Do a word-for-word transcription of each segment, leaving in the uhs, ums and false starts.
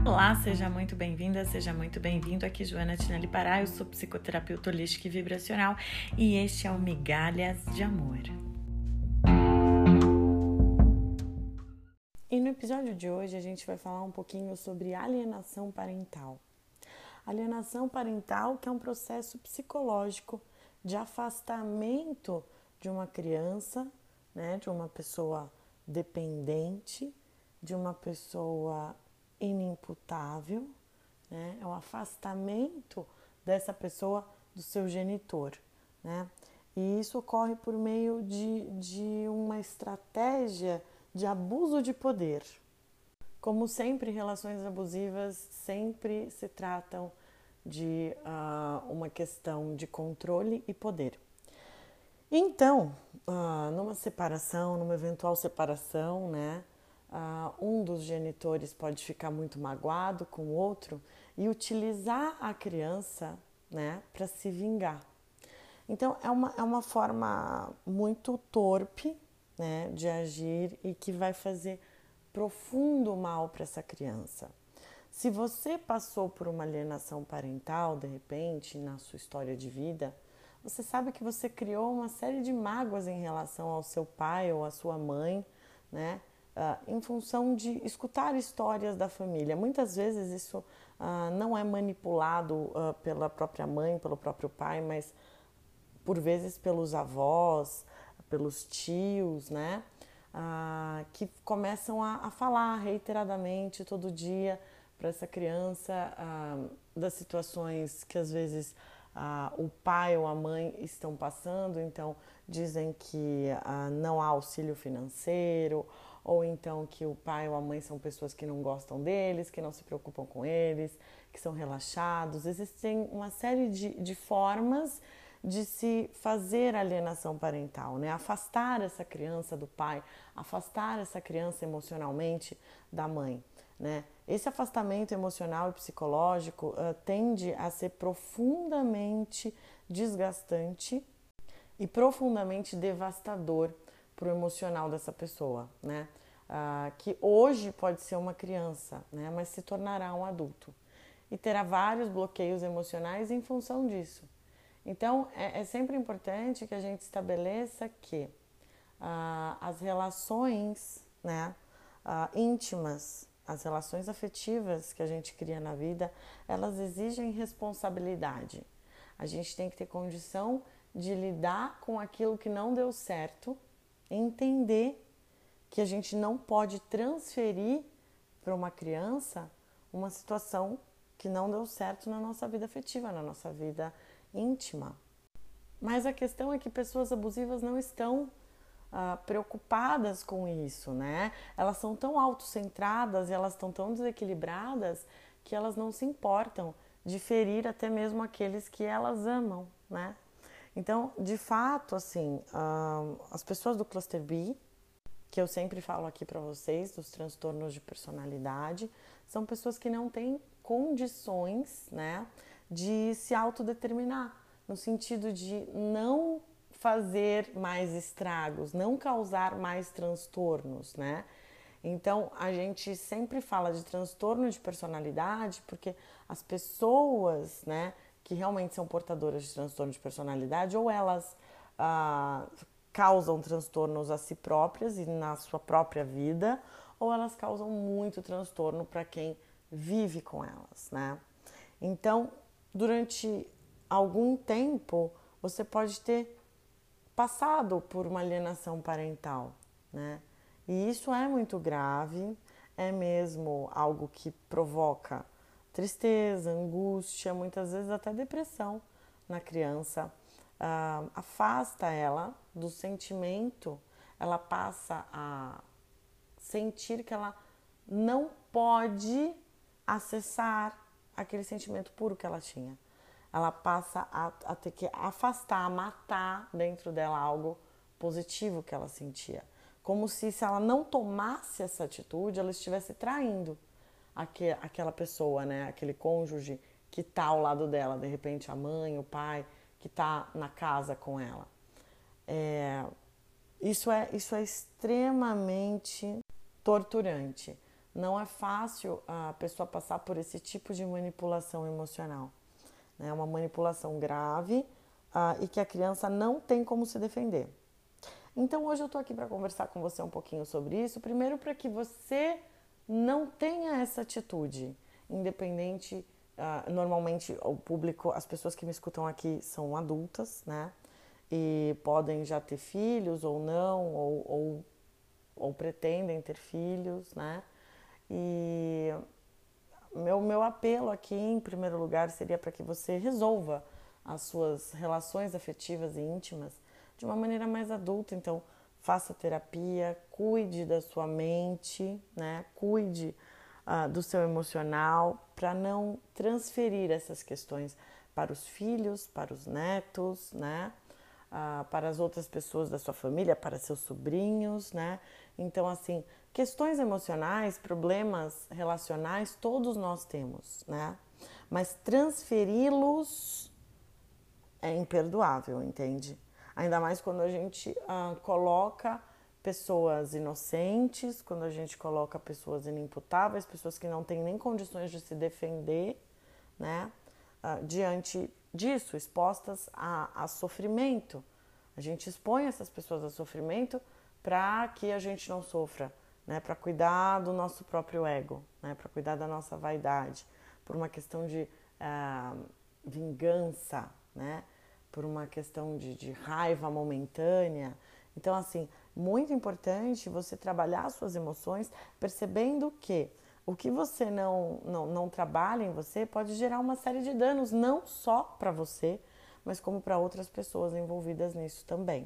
Olá, seja muito bem-vinda, seja muito bem-vindo. Aqui Joana Tinelli Pará, eu sou psicoterapeuta holística e vibracional e este é o Migalhas de Amor. E no episódio de hoje a gente vai falar um pouquinho sobre alienação parental. Alienação parental, que é um processo psicológico de afastamento de uma criança, né, de uma pessoa dependente, de uma pessoa inimputável, né? É o afastamento dessa pessoa do seu genitor, né? E isso ocorre por meio de, de uma estratégia de abuso de poder. Como sempre, relações abusivas sempre se tratam de uh, uma questão de controle e poder. Então, uh, numa separação, numa eventual separação, né? Uh, um dos genitores pode ficar muito magoado com o outro e utilizar a criança, né, para se vingar. Então é uma, é uma forma muito torpe, né, de agir e que vai fazer profundo mal para essa criança. Se você passou por uma alienação parental, de repente, na sua história de vida, você sabe que você criou uma série de mágoas em relação ao seu pai ou à sua mãe, né? Uh, em função de escutar histórias da família. Muitas vezes isso uh, não é manipulado uh, pela própria mãe, pelo próprio pai, mas por vezes pelos avós, pelos tios, né? Uh, que começam a, a falar reiteradamente todo dia para essa criança uh, das situações que às vezes uh, o pai ou a mãe estão passando, então dizem que uh, não há auxílio financeiro, ou então que o pai ou a mãe são pessoas que não gostam deles, que não se preocupam com eles, que são relaxados. Existem uma série de, de formas de se fazer alienação parental, né? Afastar essa criança do pai, afastar essa criança emocionalmente da mãe, né? Esse afastamento emocional e psicológico uh, tende a ser profundamente desgastante e profundamente devastador para o emocional dessa pessoa, né? Ah, que hoje pode ser uma criança, né? Mas se tornará um adulto e terá vários bloqueios emocionais em função disso. Então, é, é sempre importante que a gente estabeleça que ah, as relações, né, ah, íntimas, as relações afetivas que a gente cria na vida, elas exigem responsabilidade. A gente tem que ter condição de lidar com aquilo que não deu certo, entender que a gente não pode transferir para uma criança uma situação que não deu certo na nossa vida afetiva, na nossa vida íntima. Mas a questão é que pessoas abusivas não estão ah, preocupadas com isso, né? Elas são tão autocentradas e elas estão tão desequilibradas que elas não se importam de ferir até mesmo aqueles que elas amam, né? Então, de fato, assim, uh, as pessoas do cluster B, que eu sempre falo aqui para vocês, dos transtornos de personalidade, são pessoas que não têm condições, né, de se autodeterminar, no sentido de não fazer mais estragos, não causar mais transtornos, né? Então, a gente sempre fala de transtorno de personalidade porque as pessoas, né, que realmente são portadoras de transtorno de personalidade, ou elas ah, causam transtornos a si próprias e na sua própria vida, ou elas causam muito transtorno para quem vive com elas, né? Então, durante algum tempo, você pode ter passado por uma alienação parental, né? E isso é muito grave, é mesmo algo que provoca tristeza, angústia, muitas vezes até depressão na criança. Uh, afasta ela do sentimento, ela passa a sentir que ela não pode acessar aquele sentimento puro que ela tinha. Ela passa a, a ter que afastar, a matar dentro dela algo positivo que ela sentia. Como se, se ela não tomasse essa atitude, ela estivesse traindo aquele, aquela pessoa, né? Aquele cônjuge que está ao lado dela, de repente a mãe, o pai, que está na casa com ela. É, isso, é, isso é extremamente torturante, não é fácil a pessoa passar por esse tipo de manipulação emocional. É uma manipulação grave uh, e que a criança não tem como se defender. Então hoje eu tô aqui para conversar com você um pouquinho sobre isso. Primeiro, para que você não tenha essa atitude, independente. Uh, normalmente o público, as pessoas que me escutam aqui são adultas, né? E podem já ter filhos ou não, ou, ou, ou pretendem ter filhos, né? E meu, meu apelo aqui, em primeiro lugar, seria para que você resolva as suas relações afetivas e íntimas de uma maneira mais adulta. Então, faça terapia, cuide da sua mente, né? Cuide uh, do seu emocional, para não transferir essas questões para os filhos, para os netos, né? Uh, para as outras pessoas da sua família, para seus sobrinhos, né? Então, assim, questões emocionais, problemas relacionais, todos nós temos, né? Mas transferi-los é imperdoável, entende? Ainda mais quando a gente uh, coloca pessoas inocentes, quando a gente coloca pessoas inimputáveis, pessoas que não têm nem condições de se defender, né? Uh, diante disso, expostas a, a sofrimento. A gente expõe essas pessoas a sofrimento para que a gente não sofra, né? Para cuidar do nosso próprio ego, né? Para cuidar da nossa vaidade, por uma questão de uh, vingança, né? Por uma questão de, de raiva momentânea. Então, assim, muito importante você trabalhar as suas emoções, percebendo que o que você não, não, não trabalha em você pode gerar uma série de danos, não só para você, mas como para outras pessoas envolvidas nisso também.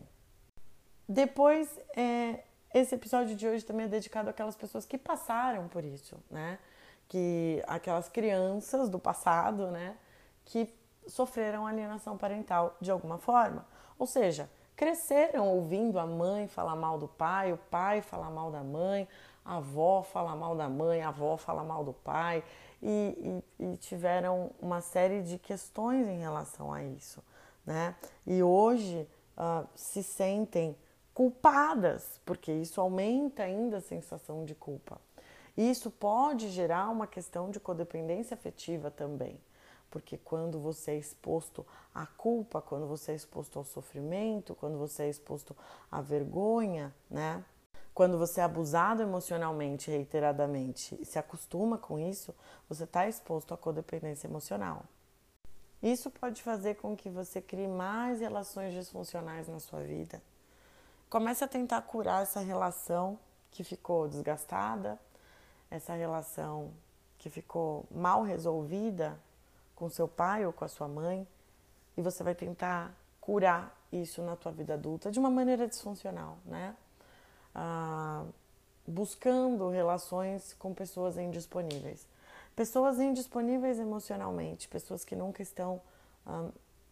Depois, é, esse episódio de hoje também é dedicado àquelas pessoas que passaram por isso, né? Que aquelas crianças do passado, né? Que sofreram alienação parental de alguma forma. Ou seja, cresceram ouvindo a mãe falar mal do pai, o pai falar mal da mãe, a avó falar mal da mãe, a avó falar mal do pai, e, e, e tiveram uma série de questões em relação a isso, né? E hoje uh, se sentem culpadas, porque isso aumenta ainda a sensação de culpa. E isso pode gerar uma questão de codependência afetiva também. Porque quando você é exposto à culpa, quando você é exposto ao sofrimento, quando você é exposto à vergonha, né? Quando você é abusado emocionalmente, reiteradamente, e se acostuma com isso, você está exposto à codependência emocional. Isso pode fazer com que você crie mais relações disfuncionais na sua vida. Comece a tentar curar essa relação que ficou desgastada, essa relação que ficou mal resolvida com seu pai ou com a sua mãe, e você vai tentar curar isso na tua vida adulta de uma maneira disfuncional, né? Ah, buscando relações com pessoas indisponíveis. Pessoas indisponíveis emocionalmente, pessoas que nunca estão ah,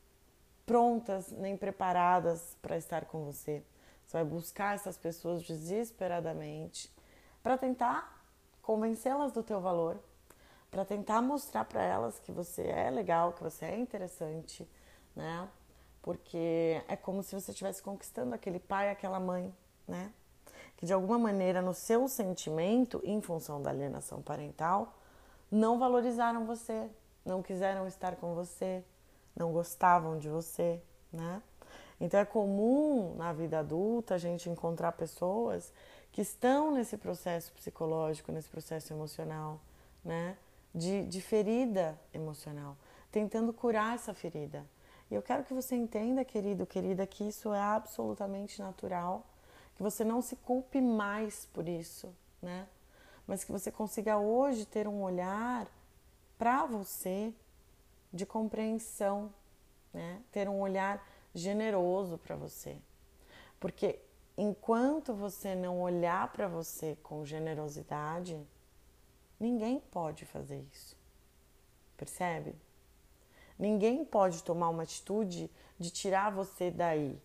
prontas nem preparadas para estar com você. Você vai buscar essas pessoas desesperadamente para tentar convencê-las do teu valor, para tentar mostrar para elas que você é legal, que você é interessante, né? Porque é como se você estivesse conquistando aquele pai, aquela mãe, né? Que de alguma maneira no seu sentimento, em função da alienação parental, não valorizaram você, não quiseram estar com você, não gostavam de você, né? Então é comum na vida adulta a gente encontrar pessoas que estão nesse processo psicológico, nesse processo emocional, né? De, de ferida emocional, tentando curar essa ferida. E eu quero que você entenda, querido, querida, que isso é absolutamente natural, que você não se culpe mais por isso, né? Mas que você consiga hoje ter um olhar para você de compreensão, né? Ter um olhar generoso para você. Porque enquanto você não olhar para você com generosidade, ninguém pode fazer isso, percebe? Ninguém pode tomar uma atitude de tirar você daí.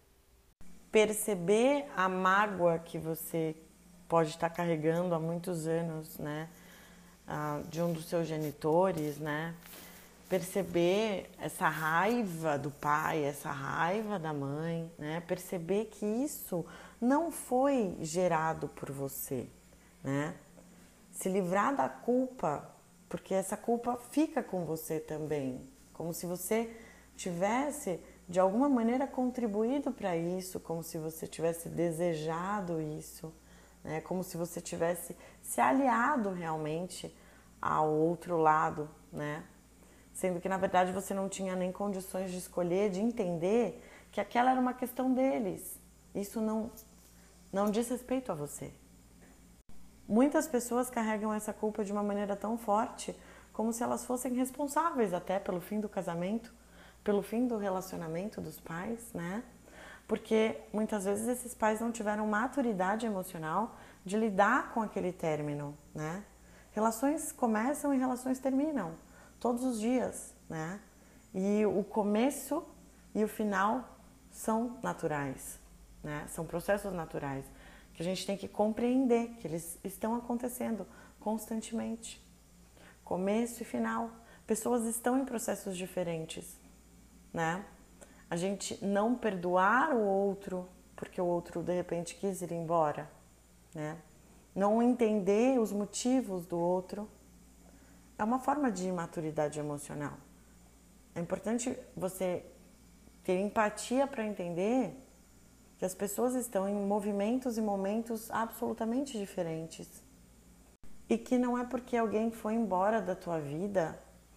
Perceber a mágoa que você pode estar carregando há muitos anos, né? Ah, de um dos seus genitores, né? Perceber essa raiva do pai, essa raiva da mãe, né? Perceber que isso não foi gerado por você, né? se livrar da culpa, porque essa culpa fica com você também, como se você tivesse de alguma maneira contribuído para isso, como se você tivesse desejado isso, né? Como se você tivesse se aliado realmente ao outro lado, né? Sendo que na verdade você não tinha nem condições de escolher, de entender que aquela era uma questão deles. Isso não, não diz respeito a você. Muitas pessoas carregam essa culpa de uma maneira tão forte, como se elas fossem responsáveis até pelo fim do casamento, pelo fim do relacionamento dos pais, né? Porque muitas vezes esses pais não tiveram maturidade emocional de lidar com aquele término, né? Relações começam e relações terminam, todos os dias, né? E o começo e o final são naturais, né? São processos naturais que a gente tem que compreender que eles estão acontecendo constantemente. Começo e final. Pessoas estão em processos diferentes, né? A gente não perdoar o outro porque o outro de repente quis ir embora, né? Não entender os motivos do outro é uma forma de imaturidade emocional. É importante você ter empatia para entender que as pessoas estão em movimentos e momentos absolutamente diferentes. E que não é porque alguém foi embora da tua vida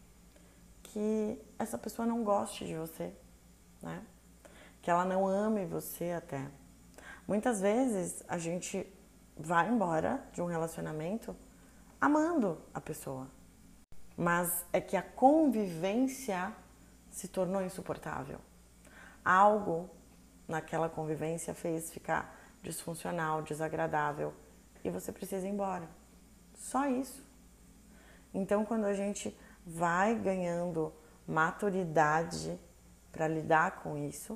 que essa pessoa não goste de você, né? Que ela não ame você até. Muitas vezes a gente vai embora de um relacionamento amando a pessoa. Mas é que a convivência se tornou insuportável. Algo naquela convivência fez ficar disfuncional, desagradável e você precisa ir embora. Só isso. Então, quando a gente vai ganhando maturidade para lidar com isso,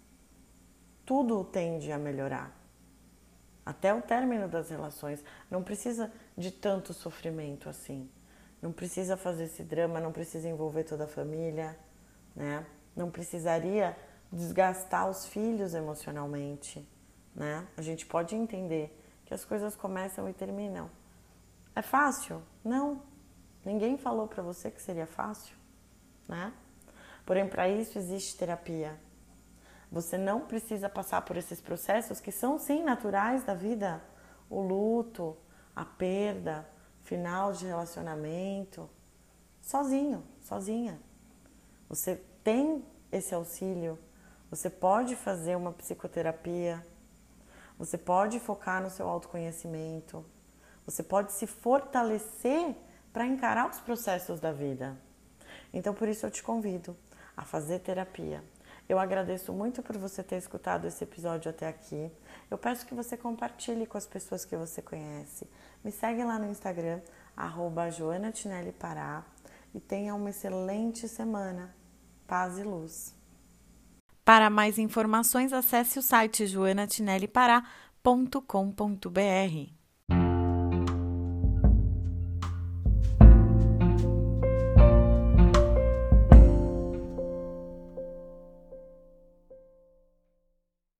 tudo tende a melhorar. Até o término das relações. Não precisa de tanto sofrimento assim. Não precisa fazer esse drama, não precisa envolver toda a família, né? Não precisaria desgastar os filhos emocionalmente, né? A gente pode entender que as coisas começam e terminam. É fácil? Não. Ninguém falou para você que seria fácil, né? Porém, para isso existe terapia. Você não precisa passar por esses processos que são, sim, naturais da vida. O luto, a perda, final de relacionamento, sozinho, sozinha. Você tem esse auxílio, você pode fazer uma psicoterapia, você pode focar no seu autoconhecimento, você pode se fortalecer para encarar os processos da vida. Então, por isso eu te convido a fazer terapia. Eu agradeço muito por você ter escutado esse episódio até aqui. Eu peço que você compartilhe com as pessoas que você conhece. Me segue lá no Instagram, arroba Joana Tinelli Pará, e tenha uma excelente semana. Paz e luz. Para mais informações, acesse o site joana tinelli pará ponto com ponto br.